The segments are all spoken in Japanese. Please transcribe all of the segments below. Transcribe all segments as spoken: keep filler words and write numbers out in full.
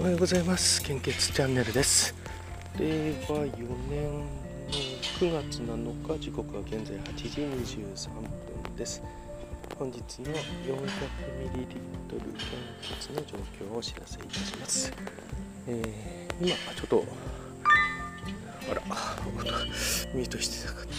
はようございます。献血チャンネルです。れいわよねんのくがつなのか、時刻は現在はちじにじゅうさんぷんです。本日の よんひゃくミリリットル 献血の状況をお知らせいたします。えー、今ちょっとあらミュートしてなかった、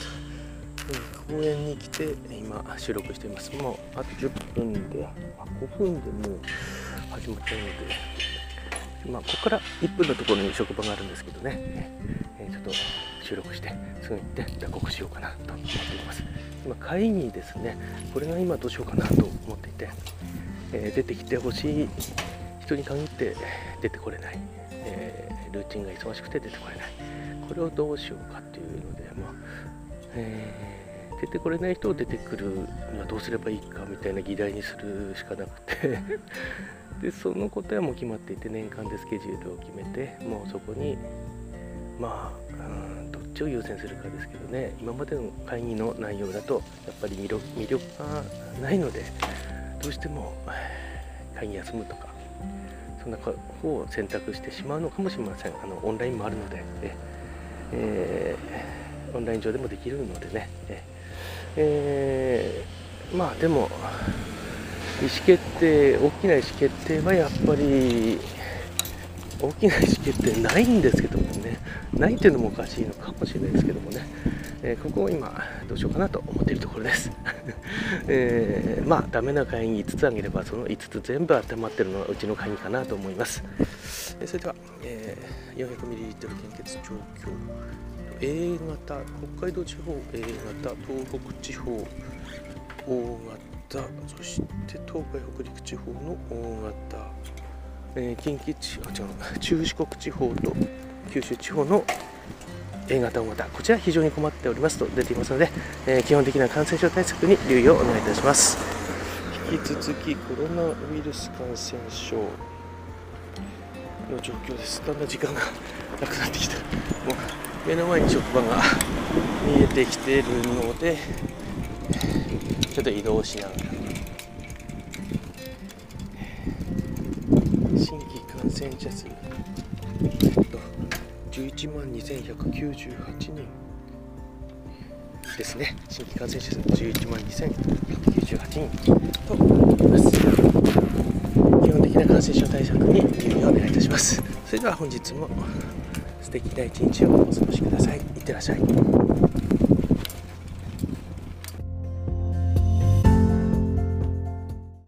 公園に来て今収録しています。もうあとじゅっぷんであごふんでもう始まっちゃうので、まあ、ここからいっぷんのところに職場があるんですけどね、えー、ちょっと収録してすぐに行って打刻しようかなと思っています。今会議ですね、これが今どうしようかなと思っていて、えー、出てきてほしい人に限って出てこれない、えー、ルーチンが忙しくて出てこれない、これをどうしようかっていうので、まあえー、出てこれない人を出てくるにはどうすればいいかみたいな議題にするしかなくてでそのことはもう決まっていて、年間でスケジュールを決めて、もうそこにまあ、うん、どっちを優先するかですけどね、今までの会議の内容だとやっぱり魅力、魅力がないので、どうしても会議休むとかそんな方を選択してしまうのかもしれません。あのオンラインもあるので、えー、オンライン上でもできるのでね、えー、まあでも意思決定、大きな意思決定はやっぱり大きな意思決定ないんですけどもね、ないっていうのもおかしいのかもしれないですけどもね、えー、ここを今どうしようかなと思っているところです、えー、まあダメな会議いつつあげればそのいつつ全部当てはまってるのはうちの会議かなと思います。それでは、えー、よんひゃくミリリットル 献血状況、 A 型北海道地方、 A 型東北地方 O 型、そして東海北陸地方の O 型、えー、近畿地方、違う、中四国地方と九州地方の A 型 O 型、こちら非常に困っておりますと出ていますので、えー、基本的な感染症対策に留意をお願いいたします。引き続きコロナウイルス感染症の状況です。だんだん時間がなくなってきた。もう目の前に職場が見えてきているので、ちょっと移動しながら、新規感染者数じゅういちまんにせんひゃくきゅうじゅうはちにんですね。新規感染者数じゅういちまんにせんひゃくきゅうじゅうはちにんとなります。基本的な感染症対策に留意をお願いいたします。それでは本日も素敵な一日をお過ごしください。いってらっしゃい。